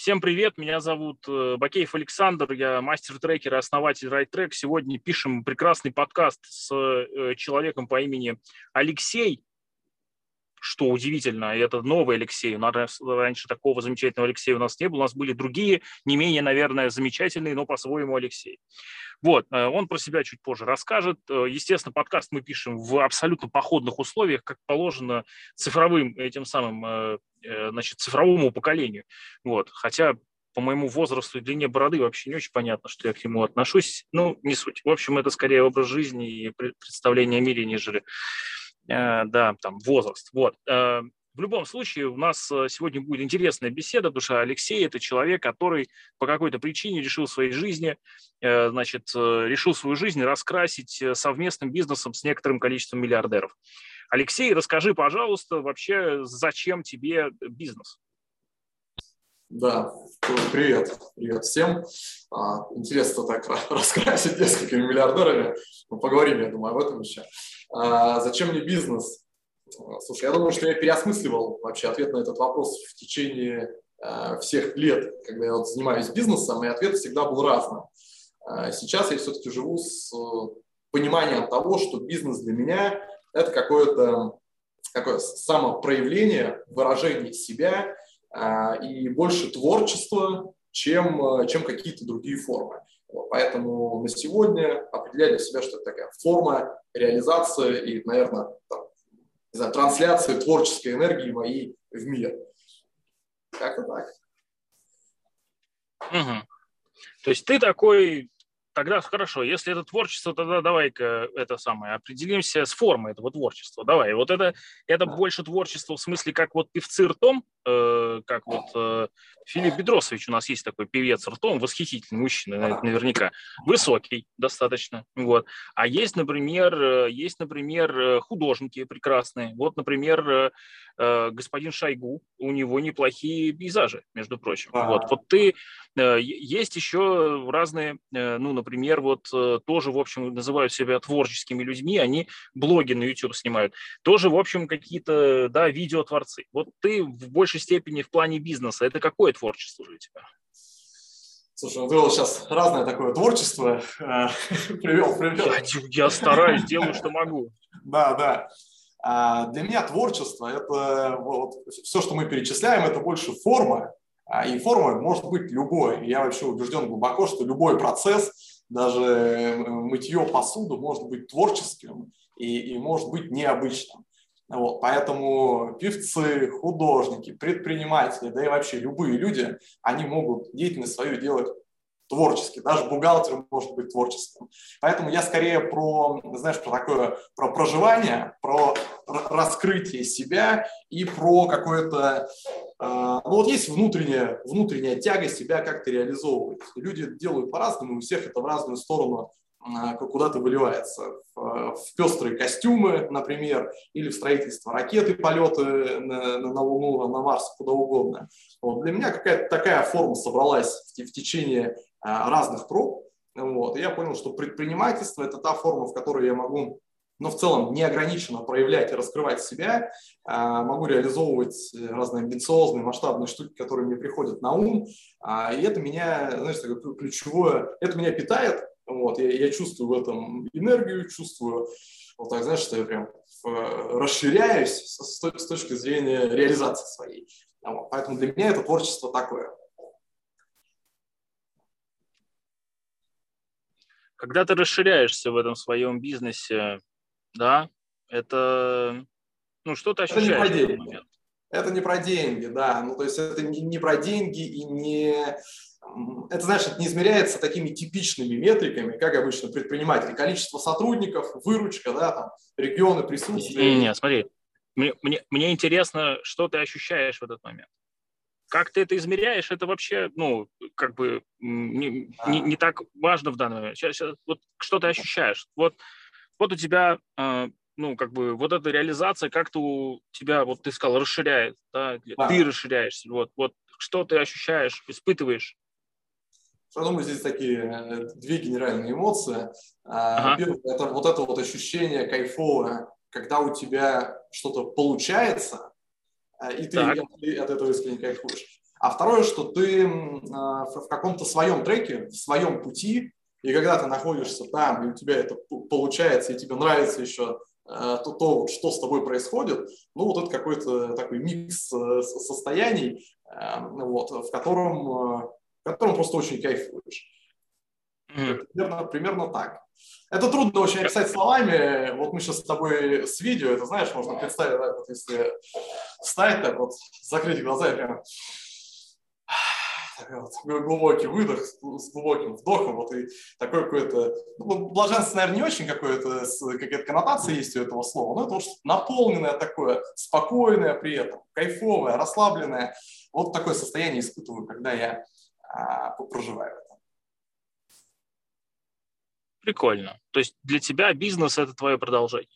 Всем привет, меня зовут Бакеев Александр, я мастер-трекер и основатель RideTrack. Сегодня пишем прекрасный подкаст с человеком по имени Алексей, что удивительно, это новый Алексей. У нас раньше такого замечательного Алексея у нас не было, у нас были другие, не менее, наверное, замечательные, но по-своему Алексей. Вот, он про себя чуть позже расскажет. Естественно, подкаст мы пишем в абсолютно походных условиях, как положено цифровым этим самым, значит, цифровому поколению. Вот, хотя по моему возрасту и длине бороды вообще не очень понятно, что я к нему отношусь. Ну, не суть. В общем, это скорее образ жизни и представление о мире, нежели, да, там, возраст. Вот. В любом случае, у нас сегодня будет интересная беседа, потому что Алексей – это человек, который по какой-то причине решил в своей жизни, значит, решил свою жизнь раскрасить совместным бизнесом с некоторым количеством миллиардеров. Алексей, расскажи, пожалуйста, вообще, зачем тебе бизнес? Да, привет. Привет всем. Интересно так раскрасить несколькими миллиардерами. Мы поговорим, я думаю, об этом еще. Зачем мне бизнес? Слушай, я думаю, что я переосмысливал вообще ответ на этот вопрос в течение всех лет, когда я занимаюсь бизнесом, и ответ всегда был разным. Сейчас я все-таки живу с пониманием того, что бизнес для меня – это какое-то такое самопроявление, выражение себя и больше творчества, чем какие-то другие формы. Поэтому на сегодня определяю для себя, что это такая форма, реализация и, наверное, не знаю, трансляция творческой энергии моей в мир. Как-то так. Угу. То есть ты такой, тогда хорошо, если это творчество, тогда давай-ка это самое, определимся с формой этого творчества. Давай, вот это больше творчество в смысле, как вот певцы ртом, как вот Филипп Бедросович у нас есть такой певец ртом, восхитительный мужчина, наверняка, высокий достаточно, вот. А есть, например, художники прекрасные. Вот, например, господин Шойгу, у него неплохие пейзажи, между прочим. Вот ты, есть еще разные, ну, например, вот тоже, в общем, называют себя творческими людьми, они блоги на YouTube снимают, тоже, в общем, какие-то, да, видеотворцы. Вот ты в большей степени в плане бизнеса, это какое творчество же у тебя? Слушай, ну ты вот сейчас разное такое творчество привел. Я стараюсь, делаю, что могу. Да. Для меня творчество – это вот, все, что мы перечисляем, это больше форма, и форма может быть любой. Я вообще убежден глубоко, что любой процесс, даже мытье посуды, может быть творческим и может быть необычным. Вот, поэтому певцы, художники, предприниматели, да и вообще любые люди, они могут деятельность свою делать творчески, даже бухгалтер может быть творческим. Поэтому я скорее про такое, про проживание, про раскрытие себя и про какое-то, ну вот есть внутренняя тяга себя как-то реализовывать. Люди делают по-разному, у всех это в разную сторону куда-то выливается. В пестрые костюмы, например, или в строительство ракеты, полеты на Луну, на Марс, куда угодно. Вот. Для меня какая-то такая форма собралась в течение разных проб. Вот. И я понял, что предпринимательство – это та форма, в которой я могу, в целом неограниченно проявлять и раскрывать себя, могу реализовывать разные амбициозные, масштабные штуки, которые мне приходят на ум. И это меня, знаешь, такое ключевое, это меня питает. Вот, я чувствую в этом энергию, чувствую, вот так, знаешь, что я прям расширяюсь с точки зрения реализации своей. Вот, поэтому для меня это творчество такое. Когда ты расширяешься в этом своем бизнесе, да, это, ну, что ты ощущаешь в этот момент? Это не про деньги, да, ну, то есть это не про деньги и не... Это, знаешь, это не измеряется такими типичными метриками, как обычно предприниматели. Количество сотрудников, выручка, да, там, регионы присутствия. Не, смотри, мне интересно, что ты ощущаешь в этот момент. Как ты это измеряешь, это вообще, ну, как бы не так важно в данный момент. Сейчас, вот что ты ощущаешь? Вот у тебя, ну, как бы, вот эта реализация как-то у тебя, вот ты сказал, расширяет, да, ты расширяешься. Вот что ты ощущаешь, испытываешь? Я думаю, здесь такие две генеральные эмоции. Первое – это вот это вот ощущение кайфовое, когда у тебя что-то получается, и ты от этого искренне кайфуешь. А второе, что ты в каком-то своем треке, в своем пути, и когда ты находишься там, и у тебя это получается, и тебе нравится еще то, что с тобой происходит, ну, вот это какой-то такой микс состояний, вот, в котором просто очень кайфуешь. Примерно так. Это трудно очень описать словами. Вот мы сейчас с тобой с видео, это, знаешь, можно представить, так вот, если встать, так вот, закрыть глаза и прям вот, глубокий выдох с глубоким вдохом, вот, и такой какой-то, ну, блаженство, наверное, не очень какая-то коннотация есть у этого слова, но это вот наполненное такое, спокойное при этом, кайфовое, расслабленное. Вот такое состояние испытываю, когда я проживаю это. Прикольно. То есть для тебя бизнес – это твое продолжение?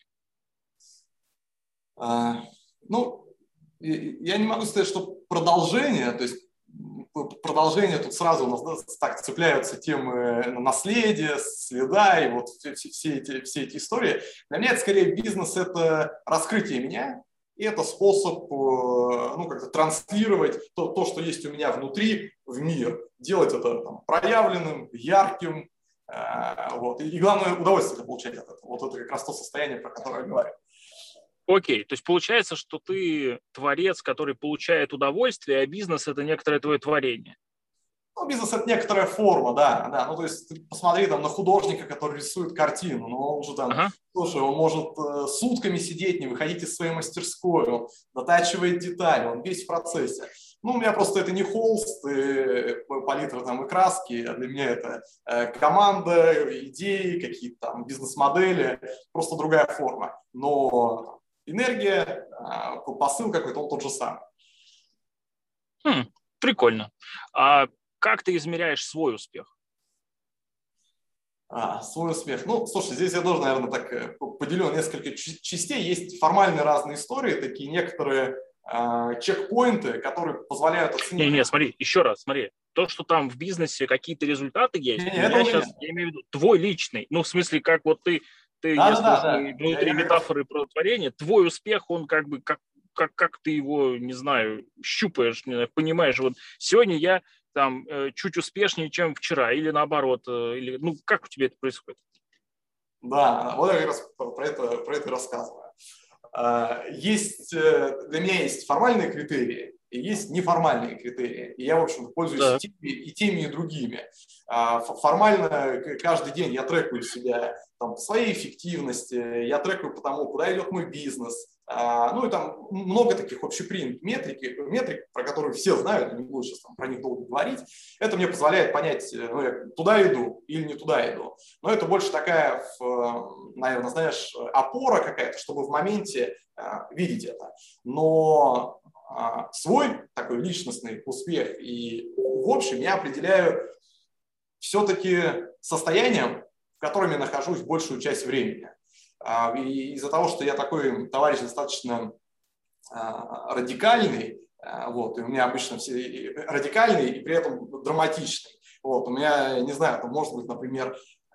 Ну, я не могу сказать, что продолжение, то есть продолжение тут сразу у нас так цепляются темы наследия, следа и вот все эти истории. Для меня это скорее бизнес, это раскрытие меня, и это способ ну, как-то транслировать то, что есть у меня внутри, в мир. Делать это там проявленным, ярким, вот. И главное, удовольствие получать от этого. Вот это как раз то состояние, про которое я говорю. Окей, то есть получается, что ты творец, который получает удовольствие, а бизнес – это некоторое твое творение. Ну, бизнес – это некоторая форма, да. Ну, то есть ты посмотри там на художника, который рисует картину, но он же там, слушай, он может сутками сидеть, не выходить из своей мастерской, он дотачивает детали, он весь в процессе. Ну, у меня просто это не холст, палитра там и краски, а для меня это команда, идеи, какие-то там бизнес-модели, просто другая форма. Но энергия, посыл какой-то, он тот же самый. Прикольно. А как ты измеряешь свой успех? Свой успех. Ну, слушай, здесь я должен, наверное, так поделю на несколько частей. Есть формальные разные истории, такие некоторые чекпоинты, которые позволяют оценить... Не, смотри, еще раз, смотри. То, что там в бизнесе какие-то результаты есть, я имею в виду твой личный. Ну, в смысле, как вот ты если внутри метафоры про творение, твой успех, он как бы, как ты его, не знаю, щупаешь, не знаю, понимаешь. Вот сегодня я там чуть успешнее, чем вчера, или наоборот, или, ну, как у тебя это происходит? Да, вот я как раз про это рассказываю. Для меня есть формальные критерии и есть неформальные критерии. И я, в общем-то, пользуюсь и теми, и другими. Формально каждый день я трекаю себя там, по своей эффективности, я трекаю по тому, куда идет мой бизнес. Ну и там много таких общепринятых метрик, про которые все знают, не буду сейчас про них долго говорить. Это мне позволяет понять, ну, я туда иду или не туда иду. Но это больше такая, наверное, знаешь, опора какая-то, чтобы в моменте видеть это. Но свой такой личностный успех и в общем я определяю все-таки состоянием, в котором я нахожусь большую часть времени. И из-за того, что я такой товарищ достаточно радикальный, вот, и у меня обычно все радикальный и при этом драматичный. Вот, у меня, не знаю, там может быть, например,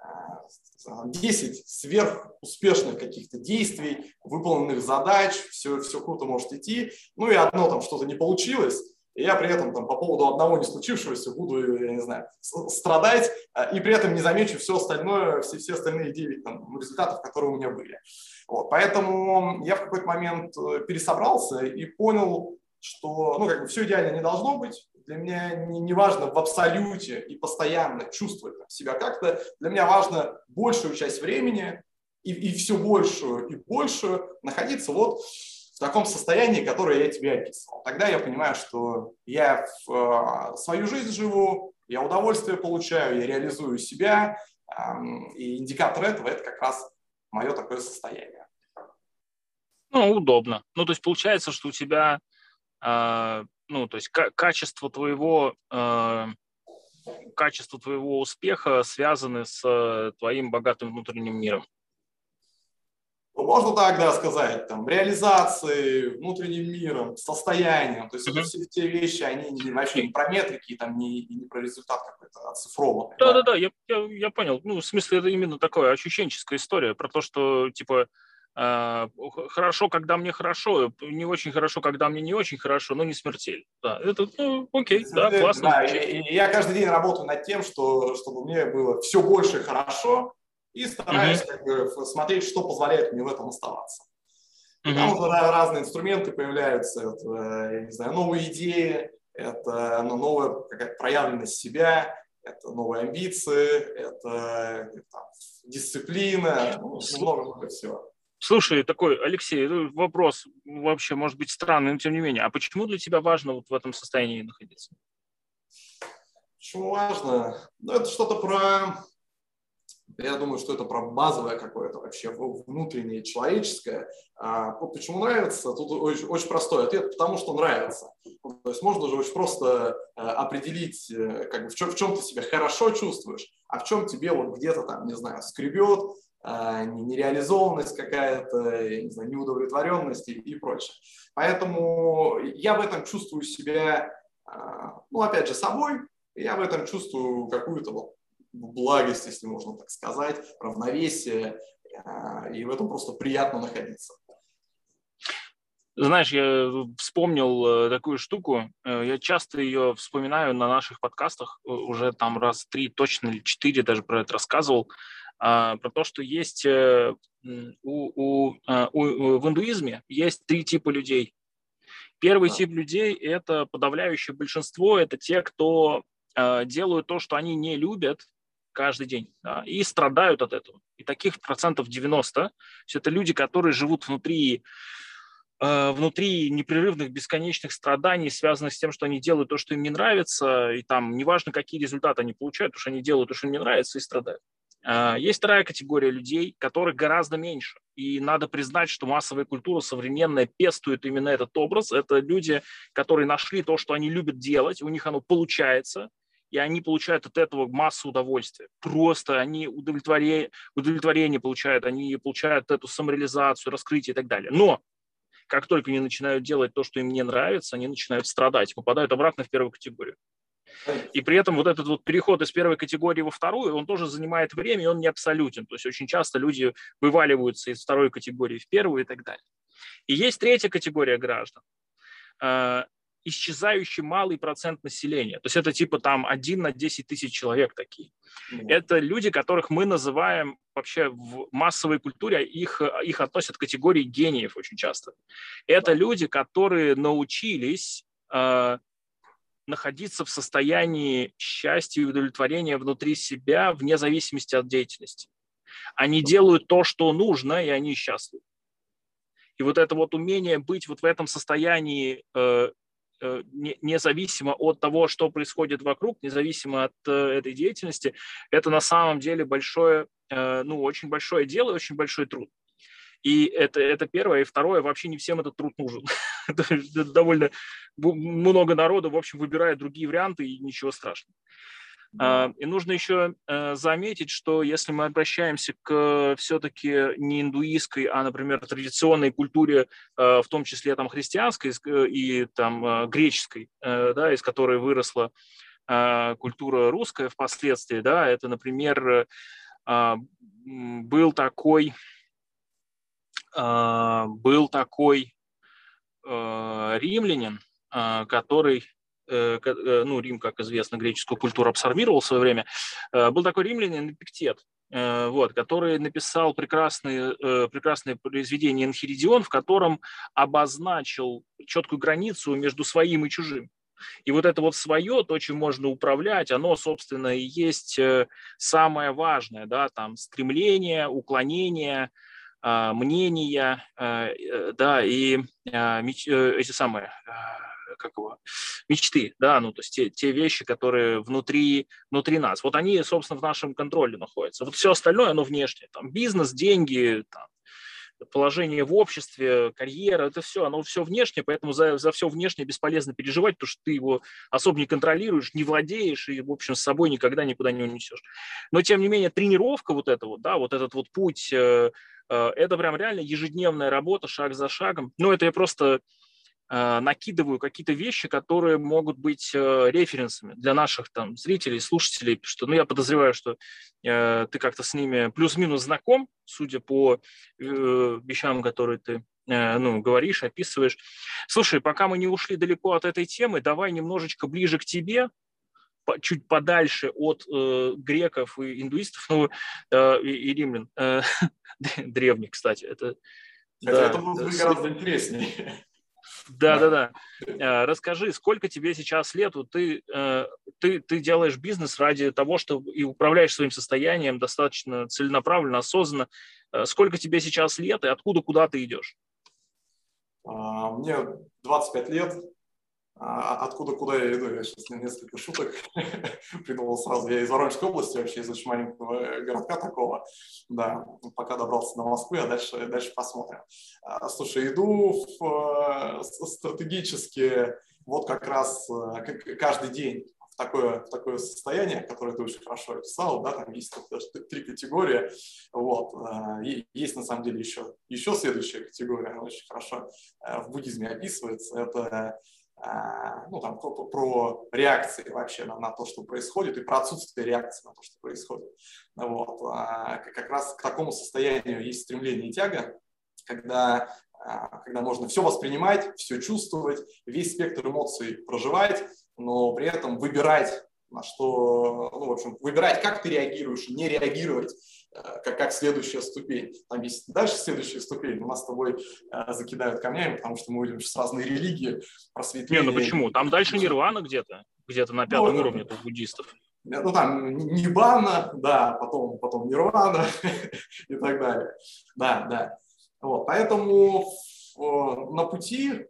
10 сверхуспешных каких-то действий, выполненных задач, все круто может идти, ну и одно там что-то не получилось, и я при этом там, по поводу одного не случившегося буду, я не знаю, страдать, и при этом не замечу все остальное, все остальные 9 там, результатов, которые у меня были. Вот, поэтому я в какой-то момент пересобрался и понял, что ну, как бы все идеально не должно быть. Для меня не важно в абсолюте и постоянно чувствовать себя как-то. Для меня важно большую часть времени и все большую и большую находиться вот в таком состоянии, которое я тебе описывал. Тогда я понимаю, что я в свою жизнь живу, я удовольствие получаю, я реализую себя, и индикатор этого – это как раз мое такое состояние. Ну, удобно. Ну, то есть получается, что у тебя ну, то есть качество твоего успеха связаны с твоим богатым внутренним миром. Ну, можно так, да, сказать, там, реализацией, внутренним миром, состоянием. То есть это все те вещи, они вообще не про метрики, там, не про результат какой-то оцифрованный. Да, я понял. Ну, в смысле, это именно такая ощущенческая история про то, что, типа, Хорошо, когда мне хорошо, не очень хорошо, когда мне не очень хорошо, но не смертельно. Да, это, окей, да, классно Да, звучит. и я каждый день работаю над тем, чтобы мне было все больше хорошо, и стараюсь Мгм, как бы смотреть, что позволяет мне в этом оставаться. И там мгм. уже разные инструменты появляются, это, я не знаю, новые идеи, это новая какая-то проявленность себя, это новые амбиции, это там, дисциплина, ну, много-много всего. Слушай, такой, Алексей, вопрос вообще может быть странный, но тем не менее. А почему для тебя важно вот в этом состоянии находиться? Почему важно? Ну, это что-то про... Я думаю, что это про базовое какое-то вообще внутреннее человеческое. Почему нравится? Тут очень, очень простой ответ. Потому что нравится. Ну, то есть можно же очень просто определить, как бы в чем ты себя хорошо чувствуешь, а в чем тебе вот где-то там, не знаю, скребет, нереализованность какая-то, я не знаю, неудовлетворенность и прочее. Поэтому я в этом чувствую себя, ну, опять же, собой. Я в этом чувствую какую-то вот благость, если можно так сказать, равновесие, и в этом просто приятно находиться. Знаешь, я вспомнил такую штуку. Я часто ее вспоминаю на наших подкастах. Уже там раз 3 точно или 4 даже про это рассказывал. Про то, что есть в индуизме есть 3 типа людей. Первый Да. тип людей – это подавляющее большинство. Это те, кто делают то, что они не любят каждый день, да, и страдают от этого. И таких процентов 90. То есть это люди, которые живут внутри непрерывных бесконечных страданий, связанных с тем, что они делают то, что им не нравится, и там неважно, какие результаты они получают, потому что они делают то, что им не нравится, и страдают. Есть вторая категория людей, которых гораздо меньше. И надо признать, что массовая культура современная пестует именно этот образ. Это люди, которые нашли то, что они любят делать, у них оно получается, и они получают от этого массу удовольствия. Просто они удовлетворение получают, они получают эту самореализацию, раскрытие и так далее. Но как только они начинают делать то, что им не нравится, они начинают страдать, попадают обратно в первую категорию. И при этом вот этот вот переход из первой категории во вторую, он тоже занимает время, и он не абсолютен. То есть очень часто люди вываливаются из второй категории в первую и так далее. И есть третья категория граждан. Исчезающий малый процент населения. То есть это типа там 1 на 10 тысяч человек такие. Это люди, которых мы называем вообще в массовой культуре, их относят к категории гениев очень часто. Это люди, которые научились находиться в состоянии счастья и удовлетворения внутри себя вне зависимости от деятельности. Они делают то, что нужно, и они счастливы. И вот это вот умение быть вот в этом состоянии независимо от того, что происходит вокруг, независимо от этой деятельности, это на самом деле большое, очень большое дело и очень большой труд. И это первое. И второе, вообще не всем этот труд нужен. Довольно много народу, в общем, выбирает другие варианты, и ничего страшного. Да. И нужно еще заметить, что если мы обращаемся к все-таки не индуистской, а, например, традиционной культуре, в том числе там христианской и там греческой, да, из которой выросла культура русская впоследствии, да, это, например, был такой римлянин, который, Рим, как известно, греческую культуру абсорбировал в свое время, был такой римлянин Эпиктет, который написал прекрасное произведение «Энхиридион», в котором обозначил четкую границу между своим и чужим. И вот это вот свое, то, чем можно управлять, оно, собственно, и есть самое важное, да, там стремление, уклонение, мнения, да, и эти самые, как его, мечты, да, ну, то есть те вещи, которые внутри нас. Вот они, собственно, в нашем контроле находятся. Вот все остальное, оно внешнее. Там бизнес, деньги, там, положение в обществе, карьера, это все, оно все внешнее, поэтому за все внешнее бесполезно переживать, потому что ты его особо не контролируешь, не владеешь и, в общем, с собой никогда никуда не унесешь. Но, тем не менее, тренировка вот эта вот, да, вот этот вот путь, это прям реально ежедневная работа, шаг за шагом. Ну, это я просто накидываю какие-то вещи, которые могут быть референсами для наших там зрителей, слушателей, что, я подозреваю, что ты как-то с ними плюс-минус знаком, судя по вещам, которые ты говоришь, описываешь. Слушай, пока мы не ушли далеко от этой темы, давай немножечко ближе к тебе, чуть подальше от греков и индуистов, и римлян, древних, кстати. Хотя это может быть гораздо интереснее. Да. Расскажи, сколько тебе сейчас лет? Ты делаешь бизнес ради того, что и управляешь своим состоянием достаточно целенаправленно, осознанно. Сколько тебе сейчас лет и откуда, куда ты идешь? Мне 25 лет. Откуда, куда я иду? Я сейчас несколько шуток придумал сразу. Я из Воронежской области, вообще из очень маленького городка такого. Да, пока добрался до Москвы, а дальше посмотрим. Слушай, иду стратегически вот как раз каждый день в такое состояние, которое ты очень хорошо описал, да, там есть даже 3 категории, вот, и есть на самом деле еще следующая категория, она очень хорошо в буддизме описывается, это там, про реакции вообще на то, что происходит, и про отсутствие реакции на то, что происходит. Вот. Как раз к такому состоянию есть стремление и тяга, когда можно все воспринимать, все чувствовать, весь спектр эмоций проживать, но при этом выбирать, на что, выбирать, как ты реагируешь, не реагировать, как следующая ступень. Там есть дальше следующая ступень, но нас с тобой закидают камнями, потому что мы увидим сейчас разные религии, просветление. Почему? Там дальше нирвана где-то на 5-м уровне у буддистов. Там ниббана, да, потом нирвана и так далее. Да. Вот, поэтому на пути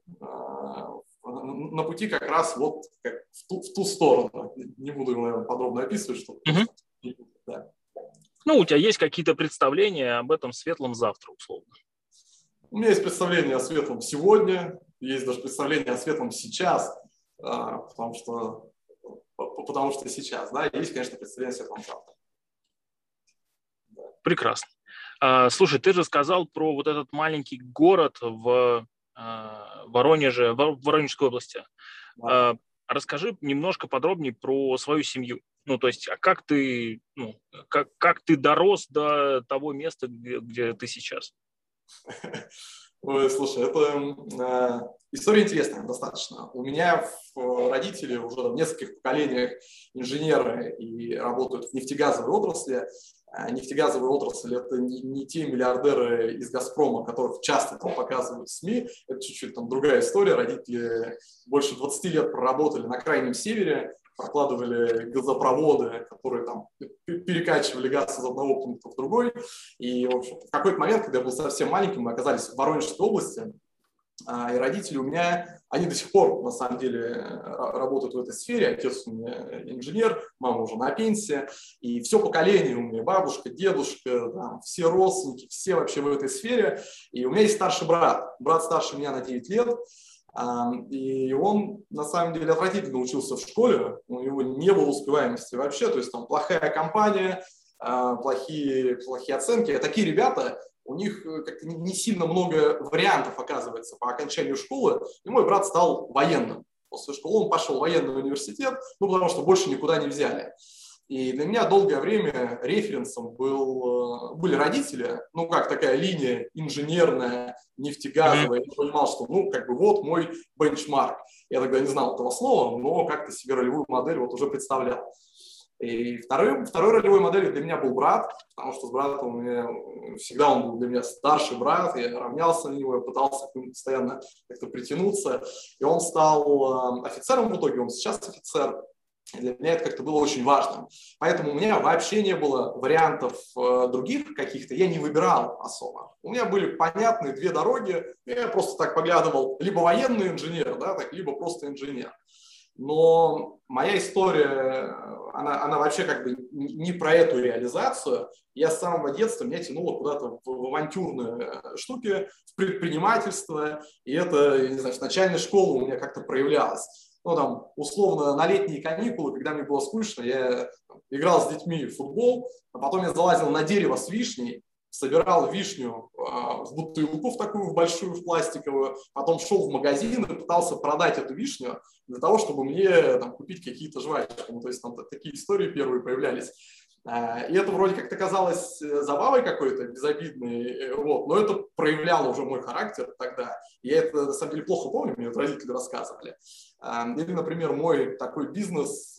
как раз вот в ту сторону. Не буду, наверное, подробно описывать, что... Да. У тебя есть какие-то представления об этом светлом завтра, условно? У меня есть представление о светлом сегодня, есть даже представление о светлом сейчас, потому что сейчас, да, есть, конечно, представление о светлом завтра. Прекрасно. Слушай, ты же сказал про вот этот маленький город в Воронеже, в Воронежской области. Да. Расскажи немножко подробнее про свою семью. То есть, как ты дорос до того места, где ты сейчас? Ой, слушай, это история интересная достаточно. У меня родители уже в нескольких поколениях инженеры и работают в нефтегазовой отрасли. Нефтегазовая отрасль – это не те миллиардеры из «Газпрома», которых часто там показывают в СМИ. Это чуть-чуть другая история. Родители больше 20 лет проработали на Крайнем Севере, прокладывали газопроводы, которые там перекачивали газ из одного пункта в другой. И, в общем, в какой-то момент, когда я был совсем маленьким, мы оказались в Воронежской области, и родители у меня, они до сих пор, на самом деле, работают в этой сфере. Отец у меня инженер, мама уже на пенсии. И все поколение у меня, бабушка, дедушка, там, все родственники, все вообще в этой сфере. И у меня есть старший брат. Брат старше меня на 9 лет. И он, на самом деле, отвратительно учился в школе. У него не было успеваемости вообще. То есть там плохая компания, плохие оценки. А такие ребята... У них как-то не сильно много вариантов, оказывается, по окончанию школы. И мой брат стал военным. После школы он пошел в военный университет, потому что больше никуда не взяли. И для меня долгое время референсом были родители, как такая линия инженерная, нефтегазовая. Я понимал, что вот мой бенчмарк. Я тогда не знал этого слова, но как-то себе ролевую модель уже представлял. И второй ролевой моделью для меня был брат, потому что с братом у меня всегда он был для меня старший брат, я равнялся на него, я пытался к нему постоянно как-то притянуться. И он стал офицером в итоге, он сейчас офицер. И для меня это как-то было очень важно. Поэтому у меня вообще не было вариантов других каких-то, я не выбирал особо. У меня были понятные 2 дороги, я просто так поглядывал, либо военный инженер, да, либо просто инженер. Но моя история, она вообще как бы не про эту реализацию. Я с самого детства, меня тянуло куда-то в авантюрные штуки, в предпринимательство. И это, я не знаю, с начальной школы у меня как-то проявлялось. Условно, на летние каникулы, когда мне было скучно, я играл с детьми в футбол, а потом я залазил на дерево с вишней, собирал вишню в бутылку, в такую большую, в пластиковую, потом шел в магазин и пытался продать эту вишню для того, чтобы мне там купить какие-то жвачки. Ну, то есть там такие истории первые появлялись. И это вроде как-то казалось забавой какой-то, безобидной, вот, но это проявляло уже мой характер тогда. Я это, на самом деле, плохо помню, мне родители рассказывали. Или, например, мой такой бизнес,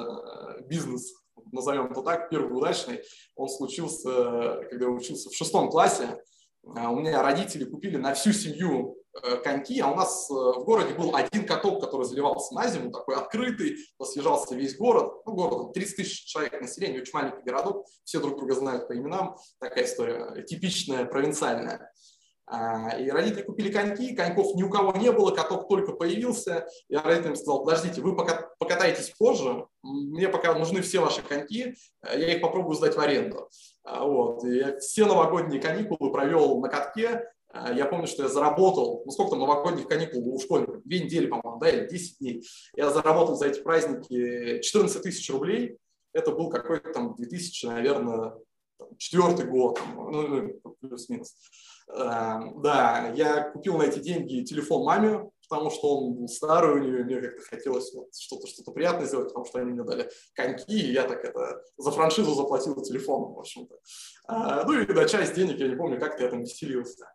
назовем это так, первый удачный, он случился, когда я учился в 6 классе. У меня родители купили на всю семью коньки, а у нас в городе был один каток, который заливался на зиму, такой открытый, съезжался весь город. Ну, город, 30 тысяч человек населения, очень маленький городок, все друг друга знают по именам, такая история, типичная, провинциальная. И родители купили коньки, коньков ни у кого не было, каток только появился. Я родителям сказал: подождите, вы пока покатаетесь позже, мне пока нужны все ваши коньки, я их попробую сдать в аренду. Вот. И я все новогодние каникулы провел на катке. Я помню, что я заработал, ну сколько там новогодних каникул у школьников, 2 недели, по-моему, да, или 10 дней. Я заработал за эти праздники 14 тысяч рублей. Это был какой-то там 2000, наверное, 4-й год, ну, плюс-минус. Да, я купил на эти деньги телефон маме, потому что он был старый у нее, мне как-то хотелось вот что-то приятное сделать, потому что они мне дали коньки, и я так это за франшизу заплатил телефон, в общем-то. Ну и да, часть денег, я не помню, как-то я там веселился.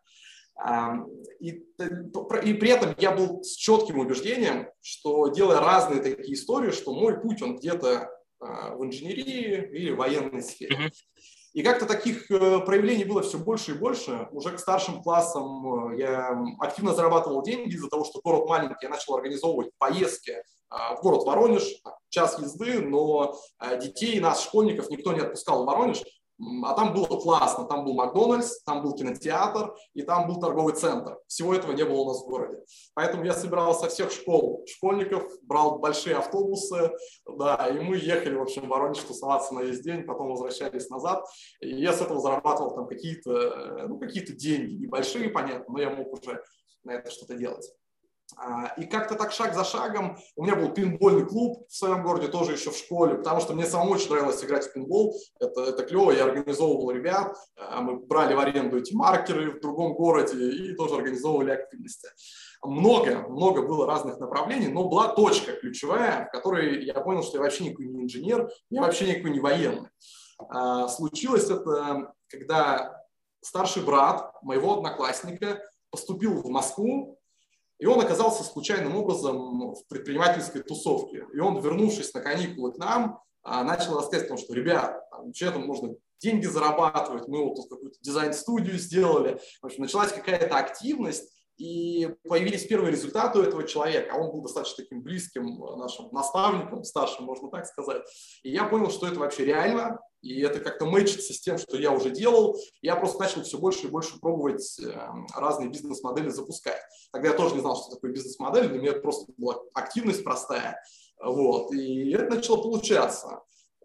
И при этом я был с четким убеждением, что, делая разные такие истории, что мой путь, он где-то в инженерии или в военной сфере. И как-то таких проявлений было все больше и больше. Уже к старшим классам я активно зарабатывал деньги из-за того, что город маленький. Я начал организовывать поездки в город Воронеж, час езды, но детей, нас, школьников, никто не отпускал в Воронеж. А там было классно, там был Макдональдс, там был кинотеатр и там был торговый центр. Всего этого не было у нас в городе. Поэтому я собирал со всех школ школьников, брал большие автобусы, да, и мы ехали, в общем, в Воронеж тусоваться на весь день, потом возвращались назад. И я с этого зарабатывал там какие-то деньги, небольшие, понятно, но я мог уже на это что-то делать. И как-то так шаг за шагом, у меня был пейнтбольный клуб в своем городе, тоже еще в школе, потому что мне самому очень нравилось играть в пейнтбол, это клево, я организовывал ребят, мы брали в аренду эти маркеры в другом городе и тоже организовывали активности. Много было разных направлений, но была точка ключевая, в которой я понял, что я вообще никакой не инженер, я вообще никакой не военный. Случилось это, когда старший брат моего одноклассника поступил в Москву, и он оказался случайным образом в предпринимательской тусовке. И он, вернувшись на каникулы к нам, начал рассказывать о том, что, ребят, вообще там можно деньги зарабатывать, мы вот тут какую-то дизайн-студию сделали. В общем, началась какая-то активность, и появились первые результаты у этого человека. Он был достаточно таким близким нашим наставником, старшим, можно так сказать. И я понял, что это вообще реально, и это как-то мэчится с тем, что я уже делал. Я просто начал все больше и больше пробовать разные бизнес-модели запускать. Тогда я тоже не знал, что такое бизнес-модель, для меня это просто была активность простая. Вот. И это начало получаться.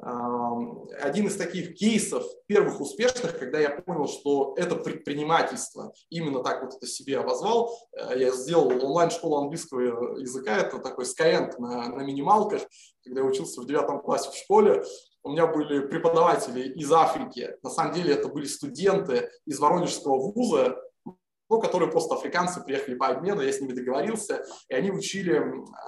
Один из таких кейсов первых успешных, когда я понял, что это предпринимательство, именно так вот это себе обозвал, я сделал онлайн-школу английского языка, это такой Skyeng на минималках, когда я учился в 9 классе в школе. У меня были преподаватели из Африки, на самом деле это были студенты из Воронежского вуза, которые просто африканцы приехали по обмену, я с ними договорился, и они учили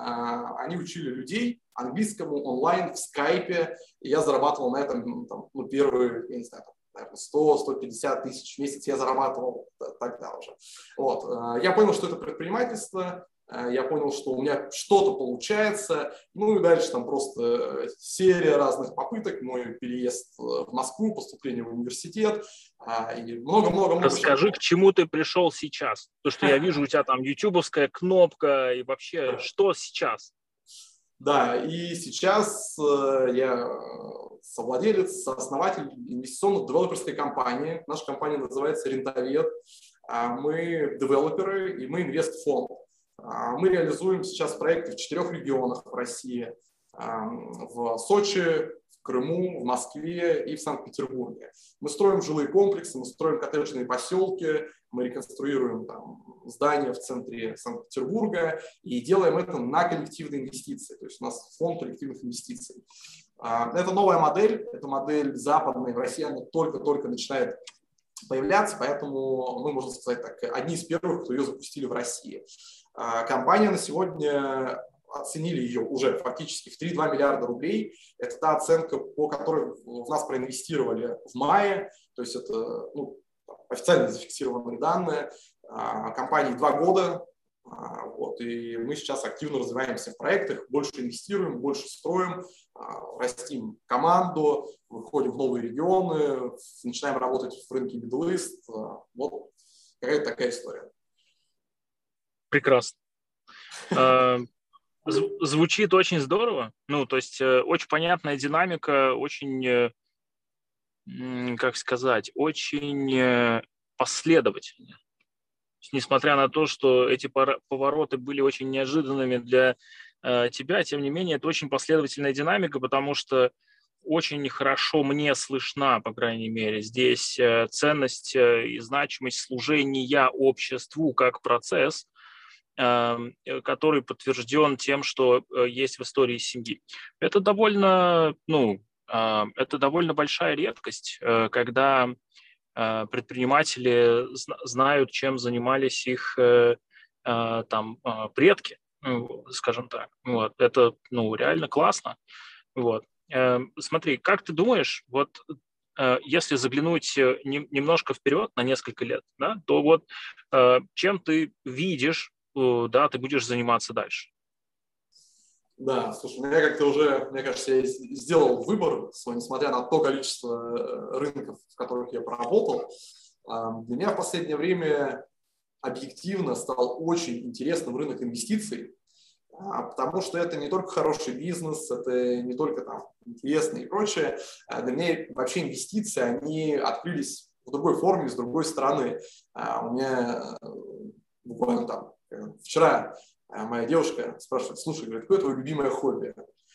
людей английскому онлайн в скайпе, и я зарабатывал на этом первые, я не знаю, 100-150 тысяч в месяц я зарабатывал тогда уже. Вот. Я понял, что это предпринимательство, я понял, что у меня что-то получается, ну и дальше там просто серия разных попыток, мой переезд в Москву, поступление в университет и много-много-много. Расскажи, к чему ты пришел сейчас? То, что я вижу, у тебя там ютубовская кнопка и вообще, что сейчас? Да, и сейчас я совладелец, сооснователь инвестиционно-девелоперской компании. Наша компания называется Рентовед. Мы девелоперы и мы инвестфонд. Мы реализуем сейчас проекты в 4 регионах в России. В Сочи, в Крыму, в Москве и в Санкт-Петербурге. Мы строим жилые комплексы, мы строим коттеджные поселки, мы реконструируем там здания в центре Санкт-Петербурга и делаем это на коллективные инвестиции. То есть у нас фонд коллективных инвестиций. Это новая модель, это модель западная, в России она только-только начинает появляться, поэтому мы, можно сказать так, одни из первых, кто ее запустили в России. Компания на сегодня оценили ее уже фактически в 3,2 миллиарда рублей. Это та оценка, по которой в нас проинвестировали в мае, то есть это официально зафиксированные данные. Компании 2 года, вот, и мы сейчас активно развиваемся в проектах, больше инвестируем, больше строим, растим команду, выходим в новые регионы, начинаем работать в рынке Middle East. Вот какая-то такая история. Прекрасно. Звучит очень здорово. Ну, то есть очень понятная динамика, очень, как сказать, очень последовательная. Несмотря на то, что эти повороты были очень неожиданными для тебя, тем не менее, это очень последовательная динамика, потому что очень хорошо мне слышна, по крайней мере, здесь ценность и значимость служения обществу как процесс, который подтвержден тем, что есть в истории семьи. Это довольно большая редкость, когда предприниматели знают, чем занимались их предки, скажем так. Вот. Это реально классно. Вот. Смотри, как ты думаешь, вот если заглянуть немножко вперед на несколько лет, да, то вот чем ты видишь, да, ты будешь заниматься дальше? Да, слушай, мне кажется, я сделал выбор, несмотря на то количество рынков, в которых я проработал. Для меня в последнее время объективно стал очень интересным рынок инвестиций, потому что это не только хороший бизнес, это не только интересно и прочее. Для меня вообще инвестиции, они открылись в другой форме, с другой стороны. У меня буквально вчера моя девушка спрашивает: слушай, говорит, какое твое любимое хобби?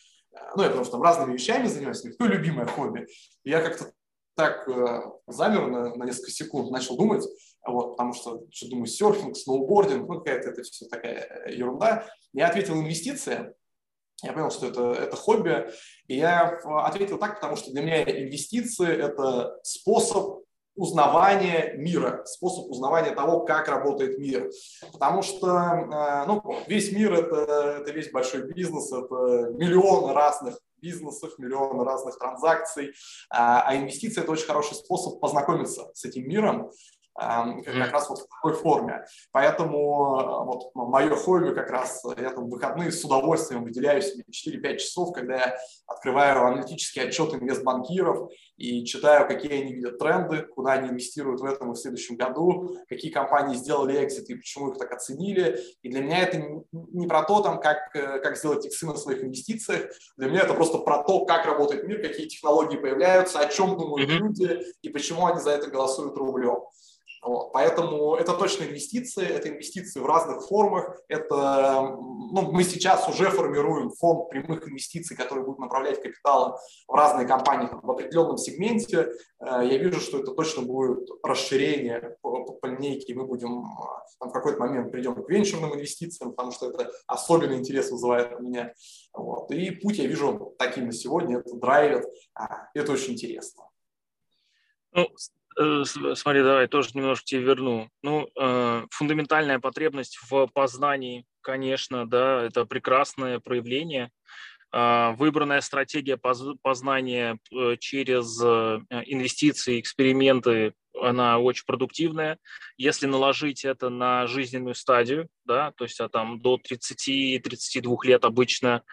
Я потому что разными вещами занимаюсь, говорит, какое любимое хобби? И я как-то так замер на несколько секунд, начал думать, потому что думаю, серфинг, сноубординг, какая-то это все такая ерунда. Я ответил инвестиции. Я понял, что это хобби. И я ответил так, потому что для меня инвестиции – это способ узнавания мира, способ узнавания того, как работает мир. Потому что весь мир – это весь большой бизнес, это миллионы разных бизнесов, миллионы разных транзакций. А инвестиции – это очень хороший способ познакомиться с этим миром, как раз в такой форме. Поэтому мое хобби как раз, я в выходные с удовольствием выделяю себе 4-5 часов, когда я открываю аналитические отчеты инвестбанкиров и читаю, какие они видят тренды, куда они инвестируют в этом и в следующем году, какие компании сделали экзит и почему их так оценили. И для меня это не про то, как сделать иксы на своих инвестициях. Для меня это просто про то, как работает мир, какие технологии появляются, о чем думают люди и почему они за это голосуют рублем. Поэтому это точно инвестиции, это инвестиции в разных формах. Это, мы сейчас уже формируем фонд прямых инвестиций, который будет направлять капиталы в разные компании в определенном сегменте. Я вижу, что это точно будет расширение по линейке, и мы будем в какой-то момент придем к венчурным инвестициям, потому что это особенный интерес вызывает у меня. И путь я вижу таким на сегодня, это драйвит, это очень интересно. Смотри, давай тоже немножко тебе верну. Фундаментальная потребность в познании, конечно, да, это прекрасное проявление. Выбранная стратегия познания через инвестиции, эксперименты, она очень продуктивная. Если наложить это на жизненную стадию, да, то есть до 30-32 лет обычно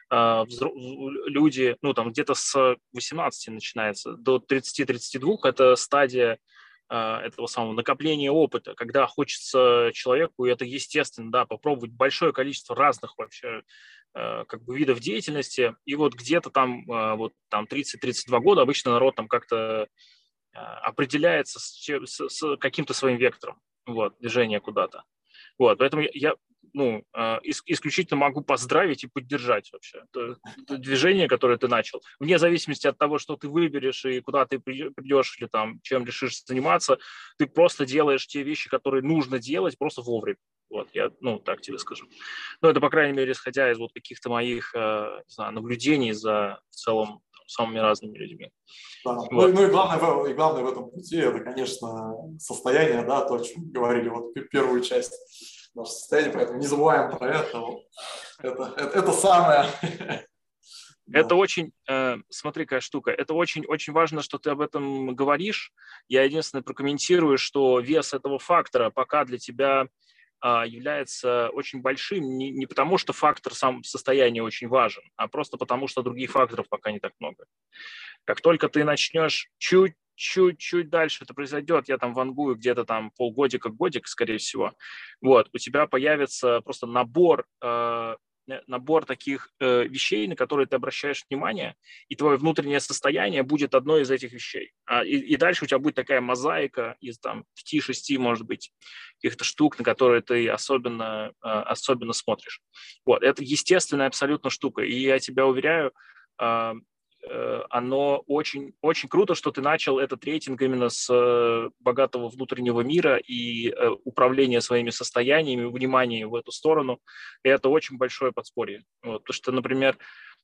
люди, где-то с 18 начинается, до 30-32 это стадия этого самого накопления опыта, когда хочется человеку, и это естественно, да, попробовать большое количество разных вообще видов деятельности, и где-то 30-32 года обычно народ как-то определяется с каким-то своим вектором, движения куда-то. Поэтому я исключительно могу поздравить и поддержать вообще это движение, которое ты начал. Вне зависимости от того, что ты выберешь и куда ты придешь или чем решишь заниматься, ты просто делаешь те вещи, которые нужно делать просто вовремя. Я так тебе скажу. Это, по крайней мере, исходя из каких-то моих наблюдений за в целом самыми разными людьми. Да. Вот. Ну и главное в этом пути это, конечно, состояние, да, то, о чем мы говорили, вот первую часть нашего состояния, поэтому не забываем про это. Это самое. Это очень, смотри, какая штука, это очень важно, что ты об этом говоришь. Я единственное прокомментирую, что вес этого фактора пока для тебя является очень большим не потому, что фактор сам состояния очень важен, а просто потому, что других факторов пока не так много. Как только ты начнешь чуть дальше это произойдет, я там вангую где-то там полгодика, годик, скорее всего, вот, у тебя появится просто набор таких вещей, на которые ты обращаешь внимание, и твое внутреннее состояние будет одной из этих вещей. И дальше у тебя будет такая мозаика из там 5-6, может быть, каких-то штук, на которые ты особенно смотришь. Вот. Это естественная абсолютно штука. И я тебя уверяю, оно очень, очень круто, что ты начал этот рейтинг именно с богатого внутреннего мира и управления своими состояниями, внимания в эту сторону. И это очень большое подспорье. Вот, потому что, например,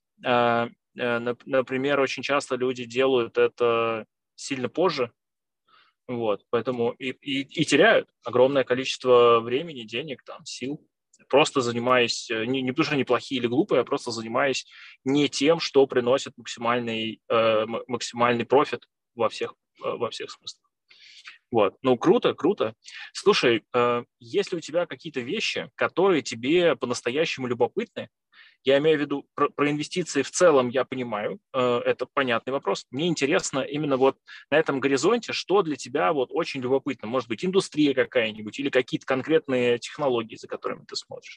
очень часто люди делают это сильно позже, вот, поэтому и теряют огромное количество времени, денег, там, сил, просто занимаясь, не потому что они плохие или глупые, а просто занимаясь не тем, что приносит максимальный профит во всех смыслах. Вот. Ну, круто. Слушай, есть ли у тебя какие-то вещи, которые тебе по-настоящему любопытны? Я имею в виду про инвестиции в целом, я понимаю, это понятный вопрос. Мне интересно именно вот на этом горизонте, что для тебя вот очень любопытно. Может быть, индустрия какая-нибудь или какие-то конкретные технологии, за которыми ты смотришь.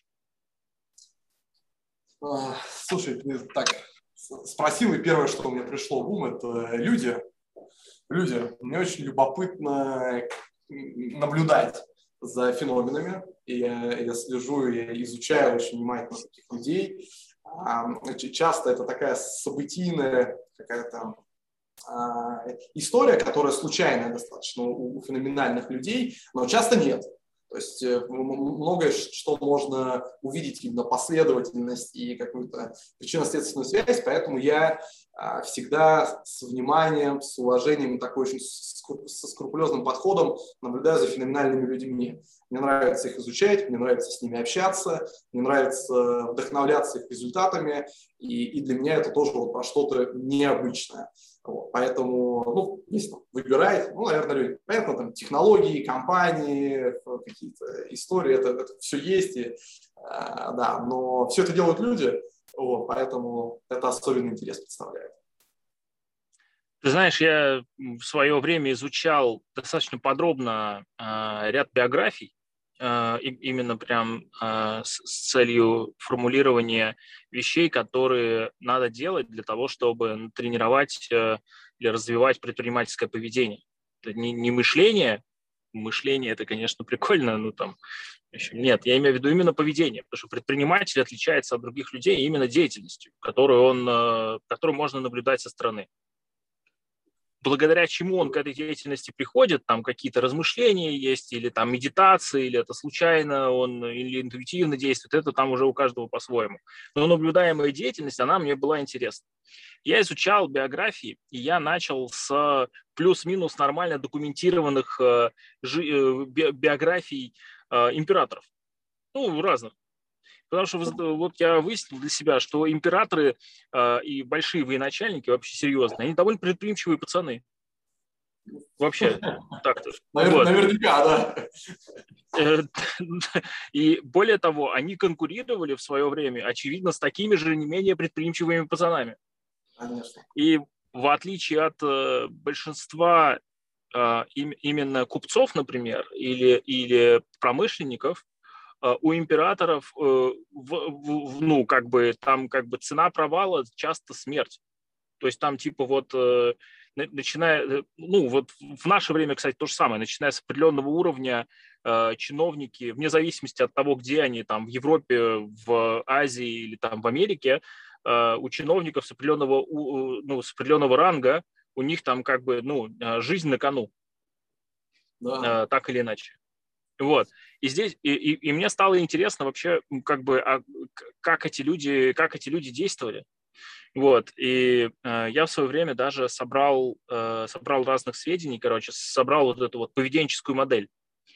Слушай, ты так спросил, и первое, что мне пришло в ум, это люди. Мне очень любопытно наблюдать за феноменами. И я слежу, я изучаю очень внимательно таких людей. Часто это такая событийная какая-то история, которая случайная достаточно у феноменальных людей, но часто нет. То есть многое, что можно увидеть именно последовательность и какую-то причинно-следственную связь, поэтому я всегда с вниманием, с уважением, такой очень со скрупулезным подходом наблюдаю за феноменальными людьми. Мне нравится их изучать, мне нравится с ними общаться, мне нравится вдохновляться их результатами, и для меня это тоже вот про что-то необычное. Вот, поэтому, если выбирать, наверное, люди. Понятно, там технологии, компании, какие-то истории, это все есть, да, но все это делают люди, вот, поэтому это особенный интерес представляет. Ты знаешь, я в свое время изучал достаточно подробно ряд биографий, именно прям с целью формулирования вещей, которые надо делать для того, чтобы тренировать или развивать предпринимательское поведение. Это не мышление. Мышление – это, конечно, прикольно, но там еще нет. Я имею в виду именно поведение, потому что предприниматель отличается от других людей именно деятельностью, которую можно наблюдать со стороны. Благодаря чему он к этой деятельности приходит, там какие-то размышления есть, или там медитации, или это случайно он, или интуитивно действует, это там уже у каждого по-своему. Но наблюдаемая деятельность, она мне была интересна. Я изучал биографии, и я начал с плюс-минус нормально документированных биографий императоров, разных. Потому что вот я выяснил для себя, что императоры и большие военачальники, вообще серьезные, они довольно предприимчивые пацаны. Вообще, так-то. Наверняка, да. И более того, они конкурировали в свое время, очевидно, с такими же не менее предприимчивыми пацанами. Конечно. И в отличие от большинства именно купцов, например, или промышленников, у императоров цена провала часто смерть. То есть там начиная, в наше время, кстати, то же самое, начиная с определенного уровня чиновники, вне зависимости от того, где они, там в Европе, в Азии или там в Америке, у чиновников с определенного ранга, у них там жизнь на кону, да. так или иначе. Вот. И здесь и мне стало интересно вообще, как эти люди действовали. Вот, и я в свое время даже собрал разных сведений, короче, собрал вот эту вот поведенческую модель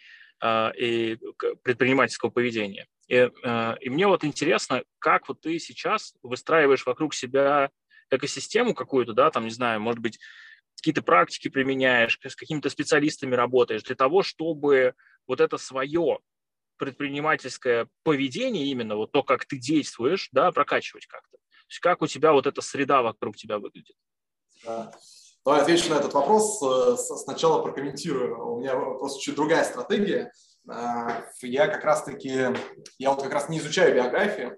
предпринимательского поведения. И мне вот интересно, как вот ты сейчас выстраиваешь вокруг себя экосистему какую-то, да, там, не знаю, может быть, какие-то практики применяешь, с какими-то специалистами работаешь для того, чтобы вот это свое предпринимательское поведение, именно вот то, как ты действуешь, да, прокачивать как-то. То есть как у тебя вот эта среда вокруг тебя выглядит? Да. Давай отвечу на этот вопрос. Сначала прокомментирую. У меня просто чуть другая стратегия. Я как раз не изучаю биографию,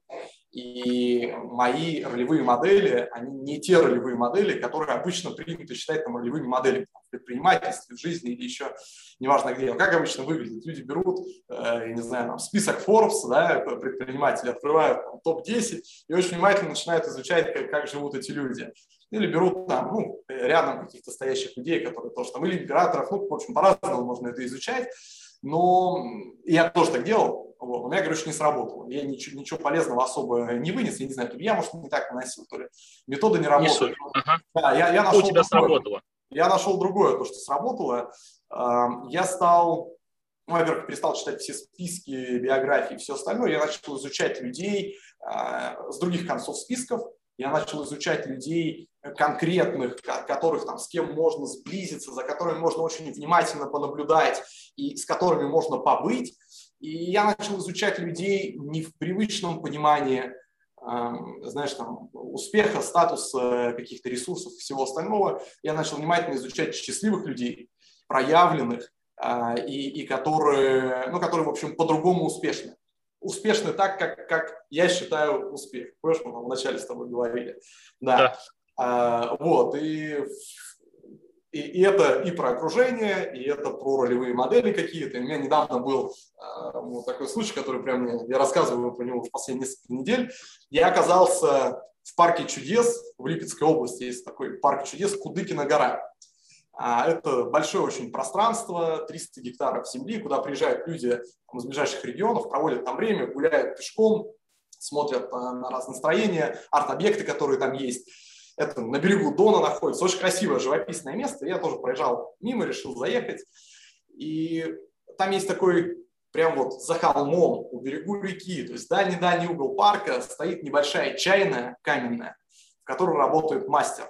и мои ролевые модели, они не те ролевые модели, которые обычно принято считать там ролевыми моделями в предпринимательстве, в жизни или еще неважно где. Как обычно выглядит? Люди берут, я не знаю, там, список Forbes, да, предприниматели открывают топ-10 и очень внимательно начинают изучать, как живут эти люди. Или берут там, рядом каких-то стоящих людей, которые тоже там, или императоров, в общем, по-разному можно это изучать. Но я тоже так делал, вот. У меня, короче, не сработало. Я ничего полезного особо не вынес, я не знаю, то ли я, может, не так наносил, то ли метода не работает. Ага. Да, я Что у тебя сработало? Я нашел другое, то, что сработало. Я стал, во-первых, перестал читать все списки, биографии и все остальное. Я начал изучать людей с других концов списков. Я начал изучать людей конкретных, которых там, с кем можно сблизиться, за которыми можно очень внимательно понаблюдать и с которыми можно побыть. И я начал изучать людей не в привычном понимании, знаешь, там, успеха, статуса, каких-то ресурсов и всего остального. Я начал внимательно изучать счастливых людей, проявленных, и которые, в общем, по-другому успешны. Успешны так, как я считаю успех. Помнишь, мы вначале с тобой говорили. Да. Вот. И это и про окружение, и это про ролевые модели какие-то. У меня недавно был такой случай, который я рассказываю про него в последние несколько недель. Я оказался в парке чудес в Липецкой области. Есть такой парк чудес Кудыкина гора. Это большое очень пространство, 300 гектаров земли, куда приезжают люди из ближайших регионов, проводят там время, гуляют пешком, смотрят на разные строения, арт-объекты, которые там есть. Это на берегу Дона находится. Очень красивое, живописное место. Я тоже проезжал мимо, решил заехать. И там есть такой, прям вот за холмом, у берегу реки, то есть дальний-дальний угол парка, стоит небольшая чайная каменная, в которой работает мастер.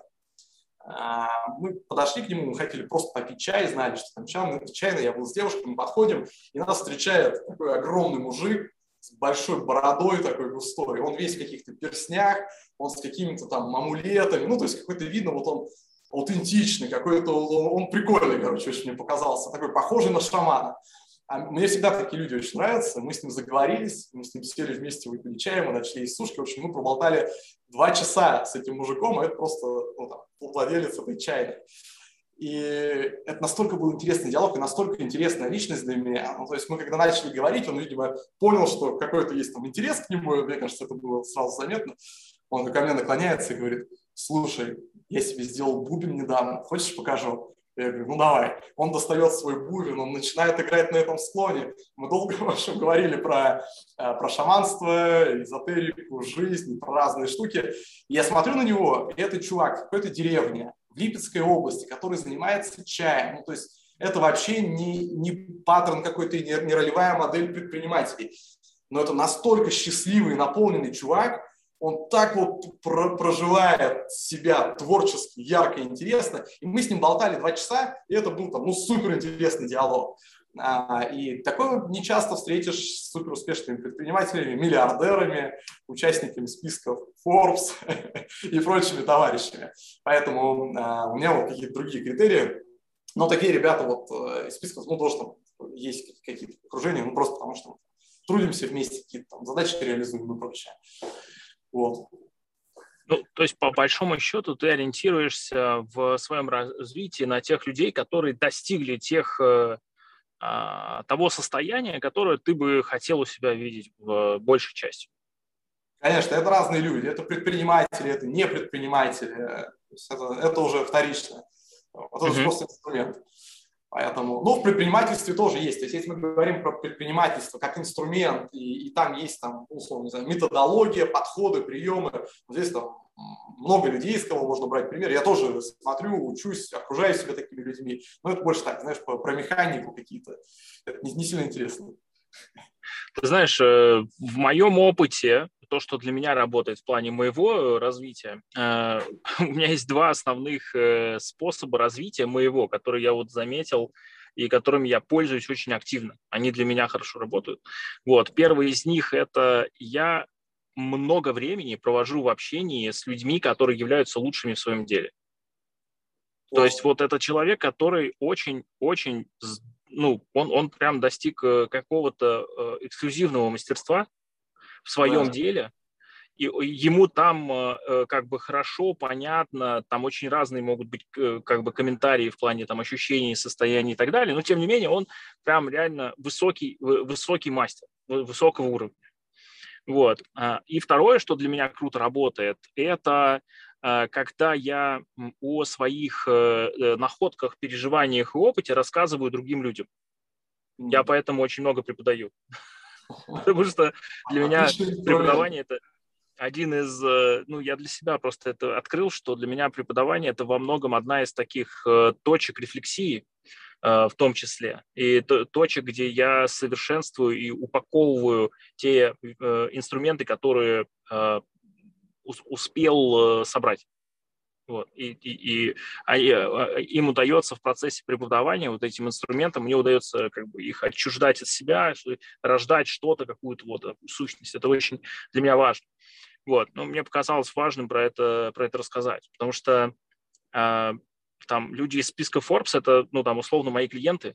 Мы подошли к нему, мы хотели просто попить чай, знали, что там чайная, я был с девушкой, мы подходим, и нас встречает такой огромный мужик с большой бородой такой густой, он весь в каких-то перстнях, он с какими-то там амулетами, то есть какой-то видно, вот он аутентичный, какой-то, он прикольный, короче, очень мне показался, такой похожий на шамана. Мне всегда такие люди очень нравятся, мы с ним заговорились, мы с ним сели вместе, выпили чай, мы начали есть сушки, в общем, мы проболтали 2 часа с этим мужиком, а это просто владелец этой чайной. И это настолько был интересный диалог и настолько интересная личность для меня. То есть мы когда начали говорить, он, видимо, понял, что какой-то есть там интерес к нему, мне кажется, это было сразу заметно. Он ко мне наклоняется и говорит: слушай, я себе сделал бубен недавно, хочешь покажу? Я говорю: давай. Он достает свой бубен, он начинает играть на этом склоне. Мы долго, в общем, говорили про шаманство, эзотерику, жизнь, про разные штуки. И я смотрю на него, и это чувак в какой-то деревне в Липецкой области, который занимается чаем. То есть это вообще не паттерн какой-то, не ролевая модель предпринимателей. Но это настолько счастливый, наполненный чувак, он так вот проживает себя творчески, ярко и интересно. И мы с ним болтали 2 часа, и это был суперинтересный диалог. И такое не часто встретишь с суперуспешными предпринимателями, миллиардерами, участниками списков Forbes и прочими товарищами. Поэтому у меня вот какие-то другие критерии. Но такие ребята из списков, тоже там есть какие-то окружения, просто потому что трудимся вместе, какие-то там задачи реализуем и прочее. Вот. То есть, по большому счету, ты ориентируешься в своем развитии на тех людей, которые достигли того состояния, которое ты бы хотел у себя видеть в большей части. Конечно, это разные люди. Это предприниматели, это не предприниматели. Это уже вторично. Это же просто инструмент. Поэтому, в предпринимательстве тоже есть. То есть, если мы говорим про предпринимательство как инструмент, и там есть, условно, не знаю, методология, подходы, приемы, вот здесь много людей, с кого можно брать пример. Я тоже смотрю, учусь, окружаю себя такими людьми. Но это больше так, знаешь, про механику какие-то. Это не сильно интересно. Ты знаешь, в моем опыте, то, что для меня работает в плане моего развития, у меня есть два основных способа развития моего, которые я вот заметил и которыми я пользуюсь очень активно. Они для меня хорошо работают. Вот. Первый из них – это я много времени провожу в общении с людьми, которые являются лучшими в своем деле. То есть вот это человек, который очень-очень, ну, он прям достиг какого-то эксклюзивного мастерства в своем деле, и ему там как бы хорошо, понятно, там очень разные могут быть как бы комментарии в плане там ощущений, состояний и так далее, но тем не менее он прям реально высокий мастер, высокого уровня. Вот. И второе, что для меня круто работает, это когда я о своих находках, переживаниях и опыте рассказываю другим людям. Я поэтому очень много преподаю. Потому что для меня преподавание – это один из… Ну, я для себя просто это открыл, что для меня преподавание – это во многом одна из таких точек рефлексии, в том числе, и точек, где я совершенствую и упаковываю те инструменты, которые успел собрать. Вот. Им удается в процессе преподавания вот этим инструментам, мне удается как бы их отчуждать от себя, рождать что-то, какую-то вот сущность. Это очень для меня важно. Вот. Но мне показалось важным про это рассказать, потому что там люди из списка Forbes, это, ну, там, условно, мои клиенты.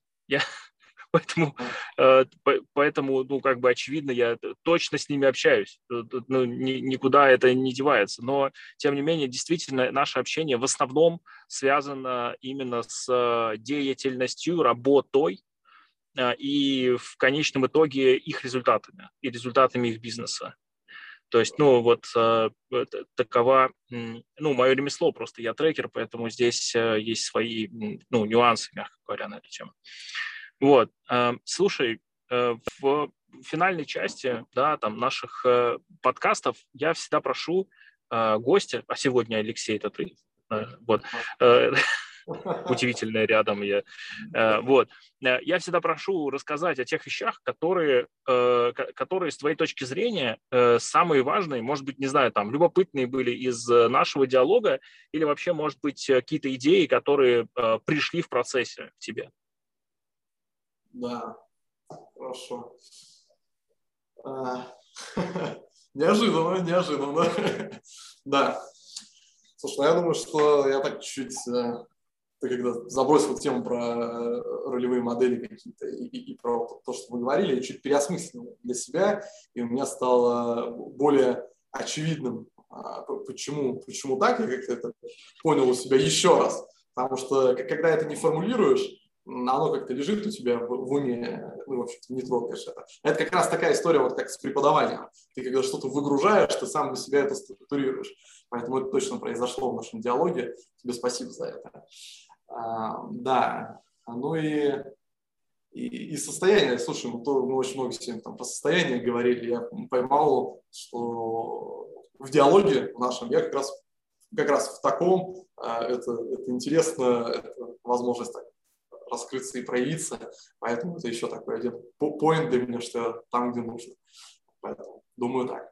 Поэтому, ну, как бы очевидно, я точно с ними общаюсь. Ну, никуда это не девается. Но, тем не менее, действительно, наше общение в основном связано именно с деятельностью, работой и в конечном итоге их результатами и результатами их бизнеса. То есть, ну, вот такова, ну, мое ремесло, просто я трекер, поэтому здесь есть свои, ну, нюансы, мягко говоря, на эту тему. Вот, слушай, в финальной части, да, там, наших подкастов я всегда прошу гостя, а сегодня Алексей, это ты, вот, удивительное рядом. Вот. Я всегда прошу рассказать о тех вещах, которые с твоей точки зрения самые важные, может быть, не знаю, там, любопытные были из нашего диалога, или вообще, может быть, какие-то идеи, которые пришли в процессе к тебе. Да, хорошо. Неожиданно. Да. Слушай, ну я думаю, что я так чуть-чуть, ты когда забросил тему про ролевые модели какие-то и про то, что вы говорили, я чуть переосмыслил для себя, и у меня стало более очевидным, почему так, я как-то это понял у себя еще раз. Потому что когда это не формулируешь, оно как-то лежит у тебя в уме, ну, в общем-то, не трогаешь это. Это как раз такая история, вот как с преподаванием. Ты когда что-то выгружаешь, ты сам для себя это структурируешь. Поэтому это точно произошло в нашем диалоге. Тебе спасибо за это. Да, ну и состояние. Слушай, мы очень много сегодня там про состояние говорили. Я поймал, что в диалоге нашем я как раз в таком, это интересно, это возможность так раскрыться и проявиться, поэтому это еще такой один поинт для меня, что там, где нужно. Поэтому думаю так.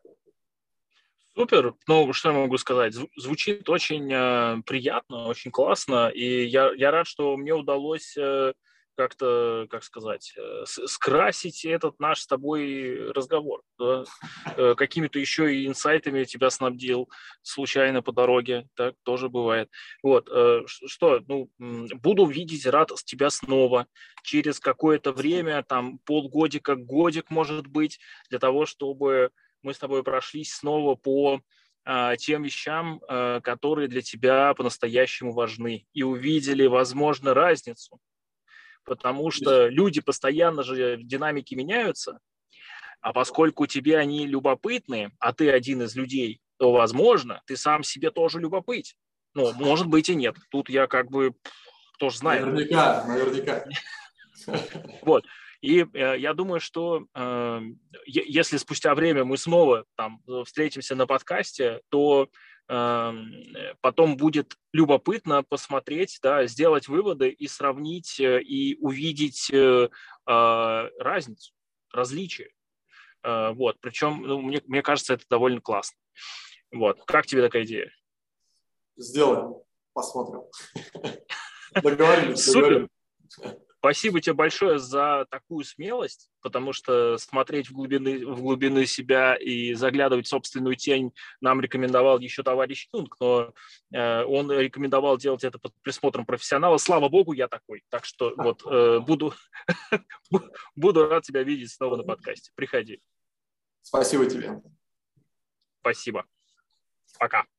Супер. Ну, что я могу сказать? Звучит очень приятно, очень классно, и я рад, что мне удалось как-то, как сказать, скрасить этот наш с тобой разговор. Да? Какими-то еще и инсайтами тебя снабдил случайно по дороге, так тоже бывает. Вот, что, ну, буду видеть, рад тебя снова через какое-то время, там, полгодика, годик, может быть, для того, чтобы мы с тобой прошлись снова по тем вещам, которые для тебя по-настоящему важны, и увидели, возможно, разницу. Потому что люди постоянно же в динамике меняются, а поскольку тебе они любопытны, а ты один из людей, то, возможно, ты сам себе тоже любопытен. Ну, может быть и нет. Тут я как бы, кто ж знает. Наверняка. Вот. И я думаю, что если спустя время мы снова там встретимся на подкасте, то потом будет любопытно посмотреть, да, сделать выводы и сравнить, и увидеть разницу, различия. Вот. Причем, ну, мне кажется, это довольно классно. Вот. Как тебе такая идея? Сделаем, посмотрим. Договорились, Супер. Спасибо тебе большое за такую смелость, потому что смотреть в глубины себя и заглядывать в собственную тень нам рекомендовал еще товарищ Юнг, но он рекомендовал делать это под присмотром профессионала. Слава богу, я такой. Так что вот буду рад тебя видеть снова на подкасте. Приходи. Спасибо тебе. Спасибо. Пока.